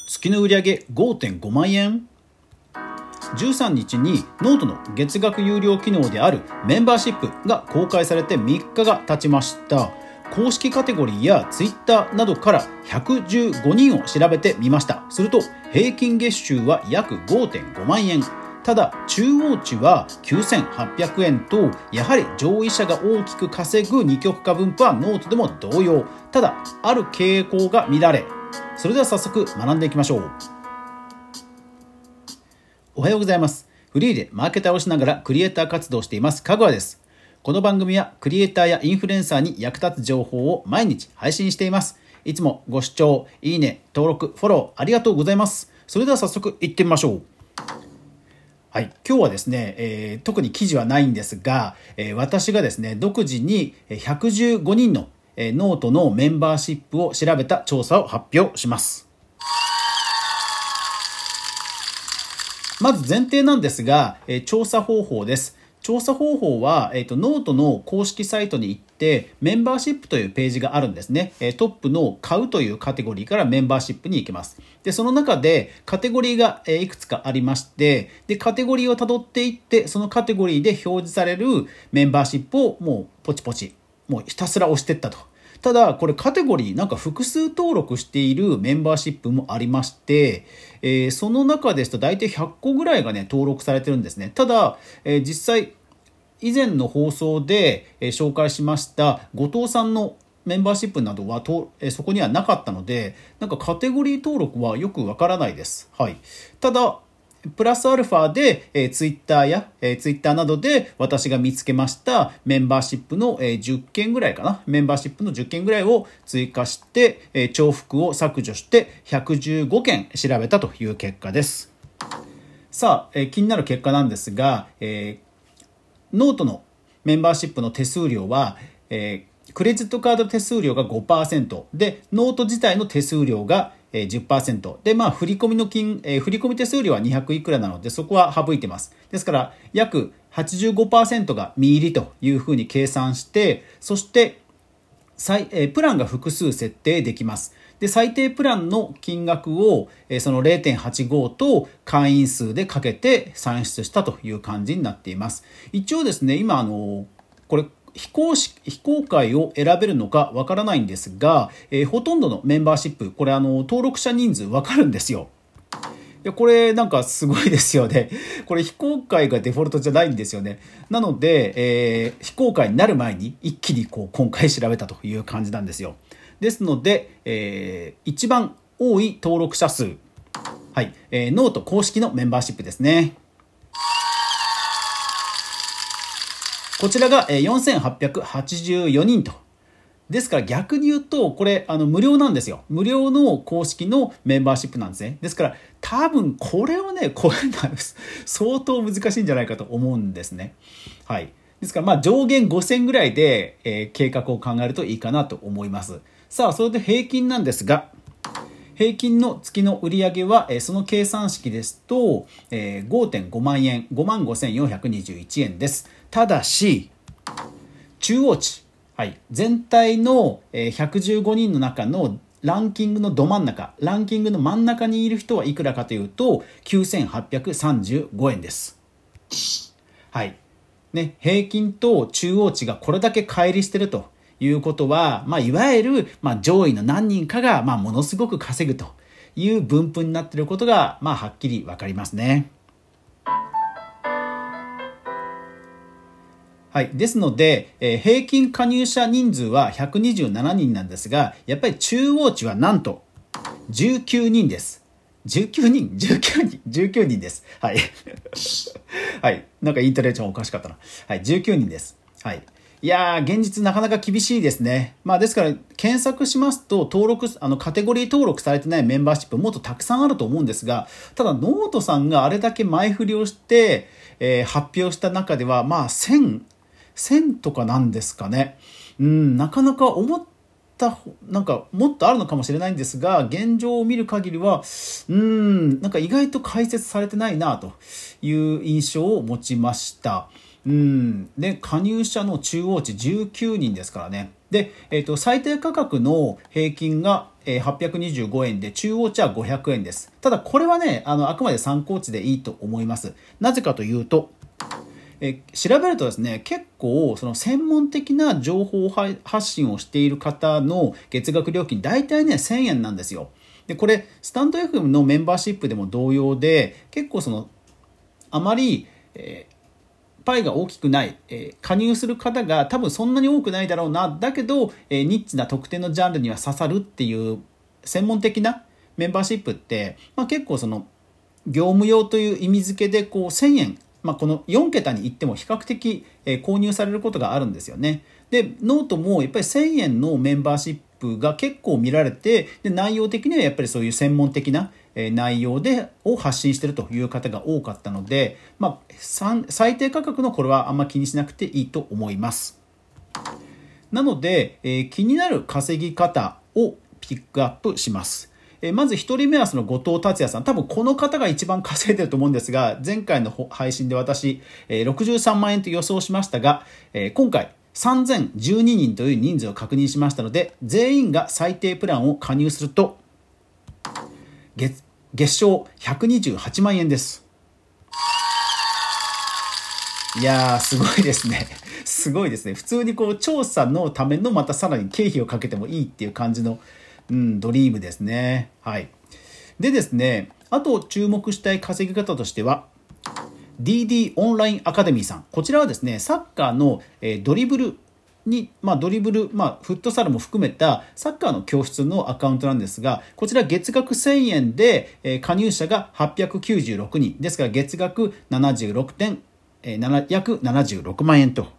月の売上 5.5 万円。13日にノートの月額有料機能であるメンバーシップが公開されて3日が経ちました。公式カテゴリーやツイッターなどから115人を調べてみました。すると平均月収は約 5.5 万円。ただ中央値は9800円と、やはり上位者が大きく稼ぐ二極化分布はノートでも同様。ただある傾向が見られ、それでは早速学んでいきましょう。おはようございます。フリーでマーケターをしながらクリエイター活動をしていますかぐわです。この番組はクリエイターやインフルエンサーに役立つ情報を毎日配信しています。いつもご視聴、いいね、登録、フォローありがとうございます。それでは早速行ってみましょう。はい、今日はですね、特に記事はないんですが、私がですね独自に115人のノートのメンバーシップを調べた調査を発表します。まず前提なんですが、調査方法です。調査方法は、ノートの公式サイトに行ってメンバーシップというページがあるんですね。トップの買うというカテゴリーからメンバーシップに行けます。で、その中でカテゴリーがいくつかありまして、で、カテゴリーをたどっていって、そのカテゴリーで表示されるメンバーシップをもうポチポチ、もうひたすら押していったと。ただこれカテゴリーなんか複数登録しているメンバーシップもありまして、その中ですと大体100個ぐらいがね登録されてるんですね。ただ、実際以前の放送で、紹介しました後藤さんのメンバーシップなどはそこにはなかったので、なんかカテゴリー登録はよくわからないです。はい。ただプラスアルファで、ツイッターや、ツイッターなどで私が見つけましたメンバーシップの、10件ぐらいかな。メンバーシップの10件ぐらいを追加して、重複を削除して115件調べたという結果です。さあ、気になる結果なんですが、ノートのメンバーシップの手数料は、クレジットカード手数料が 5% で、ノート自体の手数料が10% で、振り込みの振り込み手数料は200いくらなので、そこは省いてます。ですから約 85% が実入りというふうに計算して、そしてプランが複数設定できます。で、最低プランの金額をその 0.85 と会員数でかけて算出したという感じになっています。一応ですね、今これ非公開を選べるのかわからないんですが、ほとんどのメンバーシップ、これ登録者人数わかるんですよ。で、これなんかすごいですよね。これ非公開がデフォルトじゃないんですよね。なので、非公開になる前に一気に今回調べたという感じなんですよ。ですので、一番多い登録者数、はい、ノート公式のメンバーシップですね。こちらが4884人と。ですから逆に言うと、これ無料なんですよ。無料の公式のメンバーシップなんですね。ですから多分これをね超えるのは相当難しいんじゃないかと思うんですね。はい。ですから上限5000ぐらいで、計画を考えるといいかなと思います。さあ、それで平均なんですが、平均の月の売上は、その計算式ですと、5.5 万円、55,421 円です。ただし中央値、はい、全体の115人の中のランキングのど真ん中、ランキングの真ん中にいる人はいくらかというと 9,835 円です。はい。ね、平均と中央値がこれだけ乖離しているということは、いわゆる、上位の何人かが、ものすごく稼ぐという分布になっていることが、はっきりわかりますね。はい。ですので、平均加入者人数は127人なんですが、やっぱり中央値はなんと19人です。19人です。はい。はい。なんかイントネーションおかしかったな。はい。19人です。はい。いやー、現実なかなか厳しいですね。ですから、検索しますと、カテゴリー登録されてないメンバーシップもっとたくさんあると思うんですが、ただ、ノートさんがあれだけ前振りをして、発表した中では、1000とかなんですかね。なかなかなんかもっとあるのかもしれないんですが、現状を見る限りはなんか意外と解説されてないなという印象を持ちました。で、加入者の中央値19人ですからね。 で、最低価格の平均が825円で、中央値は500円です。ただこれはね、あくまで参考値でいいと思います。なぜかというと、調べるとですね、結構その専門的な情報発信をしている方の月額料金、大体ね、1000円なんですよ。で、これ、スタンド FM のメンバーシップでも同様で、結構あまり、パイが大きくない、加入する方が多分そんなに多くないだろうな、だけど、ニッチな特定のジャンルには刺さるっていう専門的なメンバーシップって、結構業務用という意味付けで1000円、この4桁に行っても比較的、購入されることがあるんですよね。で、ノートもやっぱり1000円のメンバーシップが結構見られて、で内容的にはやっぱりそういう専門的な内容を発信しているという方が多かったので、最低価格のこれはあんま気にしなくていいと思います。なので、気になる稼ぎ方をピックアップします。まず1人目は後藤達也さん。多分この方が一番稼いでると思うんですが、前回の配信で私63万円と予想しましたが、今回3012人という人数を確認しましたので、全員が最低プランを加入すると月賞128万円です。いやー、すごいですね。すごいですね。普通に調査のためのまたさらに経費をかけてもいいっていう感じの、ドリームですね。はい。でですね、あと注目したい稼ぎ方としては、DD オンラインアカデミーさん。こちらはですね、サッカーのドリブル、フットサルも含めたサッカーの教室のアカウントなんですが、こちら月額1000円で、加入者が896人。ですから月額約76万円と。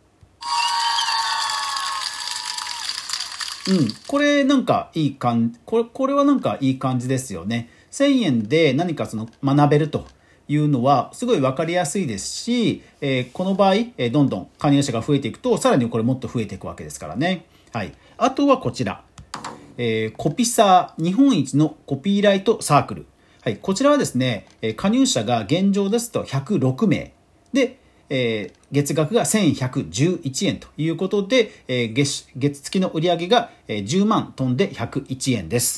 これなんかいい感じ、これはなんかいい感じですよね。1000円で何か学べるというのはすごい分かりやすいですし、この場合、どんどん加入者が増えていくと、さらにこれもっと増えていくわけですからね。はい。あとはこちら、コピサー日本一のコピーライトサークル。はい。こちらはですね、加入者が現状ですと106名で、月額が1111円ということで、月付の売上が10万飛んで101円です。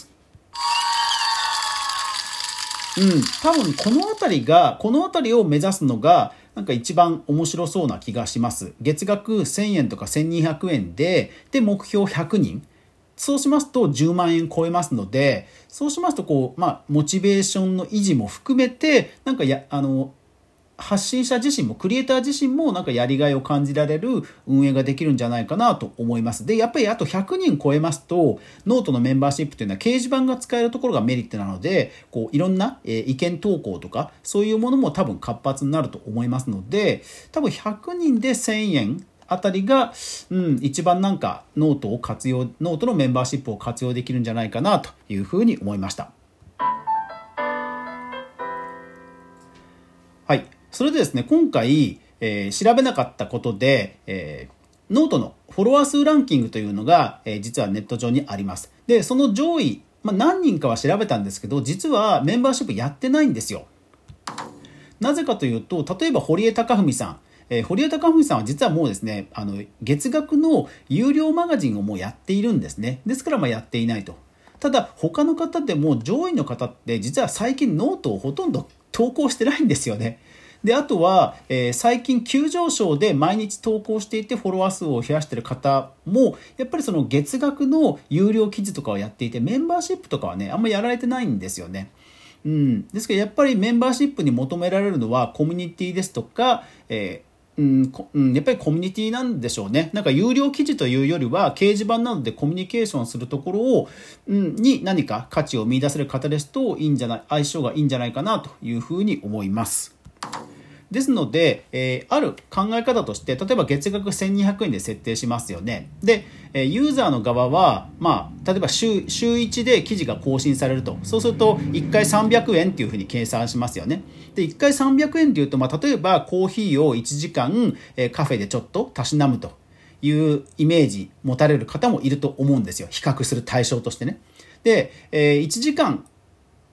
多分この辺りを目指すのがなんか一番面白そうな気がします。月額1000円とか1200円で目標100人。そうしますと10万円超えますので、そうしますとモチベーションの維持も含めて、なんか発信者自身もクリエイター自身もなんかやりがいを感じられる運営ができるんじゃないかなと思います。で、やっぱりあと100人超えますと、ノートのメンバーシップというのは掲示板が使えるところがメリットなので、いろんな意見投稿とかそういうものも多分活発になると思いますので、多分100人で1000円あたりが、一番なんかノートのメンバーシップを活用できるんじゃないかなというふうに思いました。はい。それでですね、今回、調べなかったことで、ノートのフォロワー数ランキングというのが、実はネット上にあります。で、その上位、何人かは調べたんですけど、実はメンバーシップやってないんですよ。なぜかというと、例えば堀江貴文さん。堀江貴文さんは実はもうですね、月額の有料マガジンをもうやっているんですね。ですからやっていないと。ただ他の方でも上位の方って実は最近ノートをほとんど投稿してないんですよね。で、あとは、最近急上昇で毎日投稿していてフォロワー数を増やしている方もやっぱり月額の有料記事とかをやっていて、メンバーシップとかはねあんまりやられてないんですよね。ですけどやっぱりメンバーシップに求められるのはコミュニティですとか、やっぱりコミュニティなんでしょうね。なんか有料記事というよりは掲示板などでコミュニケーションするところを、に何か価値を見出せる方ですと相性がいいんじゃないかなというふうに思います。ですので、ある考え方として、例えば月額1200円で設定しますよね。で、ユーザーの側は、例えば週1で記事が更新されると。そうすると、1回300円っていうふうに計算しますよね。で、1回300円っていうと、例えばコーヒーを1時間、カフェでちょっとたしなむというイメージ持たれる方もいると思うんですよ。比較する対象としてね。で、1時間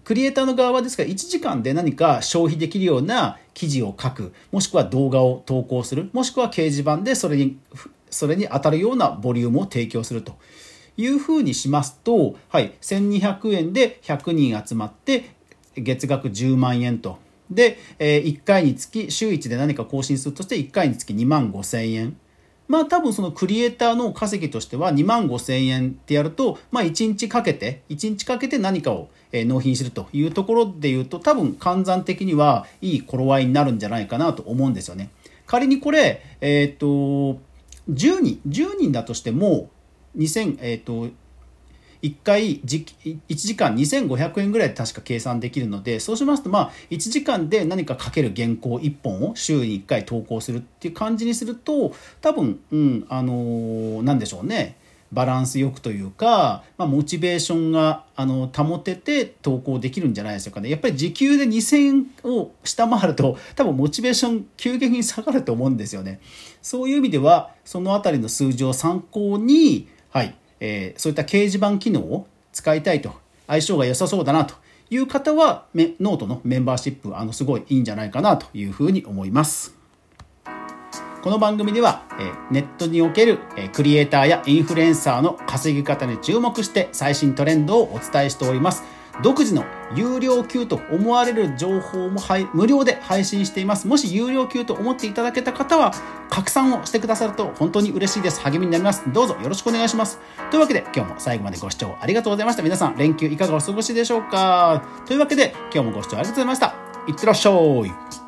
クリエイターの側はですから1時間で何か消費できるような記事を書く、もしくは動画を投稿する、もしくは掲示板でそれに当たるようなボリュームを提供するというふうにしますと、はい、1200円で100人集まって月額10万円と。で、1回につき週1で何か更新するとして1回につき2万5千円。まあ多分そのクリエイターの稼ぎとしては2万5千円ってやると、まあ1日かけて何かを納品するというところで言うと、多分換算的にはいい頃合いになるんじゃないかなと思うんですよね。仮にこれ、10人だとしても、1回1時間2500円ぐらいで確か計算できるので、そうしますと1時間で何か書ける原稿1本を週に1回投稿するっていう感じにすると、多分なんでしょうね、バランスよくというか、モチベーションが保てて投稿できるんじゃないでしょうかね。やっぱり時給で2000円を下回ると多分モチベーション急激に下がると思うんですよね。そういう意味ではそのあたりの数字を参考に、はい、そういった掲示板機能を使いたいと、相性が良さそうだなという方はノートのメンバーシップすごいいいんじゃないかなというふうに思います。この番組ではネットにおけるクリエイターやインフルエンサーの稼ぎ方に注目して最新トレンドをお伝えしております。独自の有料級と思われる情報も無料で配信しています。もし有料級と思っていただけた方は拡散をしてくださると本当に嬉しいです。励みになります。どうぞよろしくお願いします。というわけで今日も最後までご視聴ありがとうございました。皆さん連休いかがお過ごしでしょうか。というわけで今日もご視聴ありがとうございました。いってらっしゃい。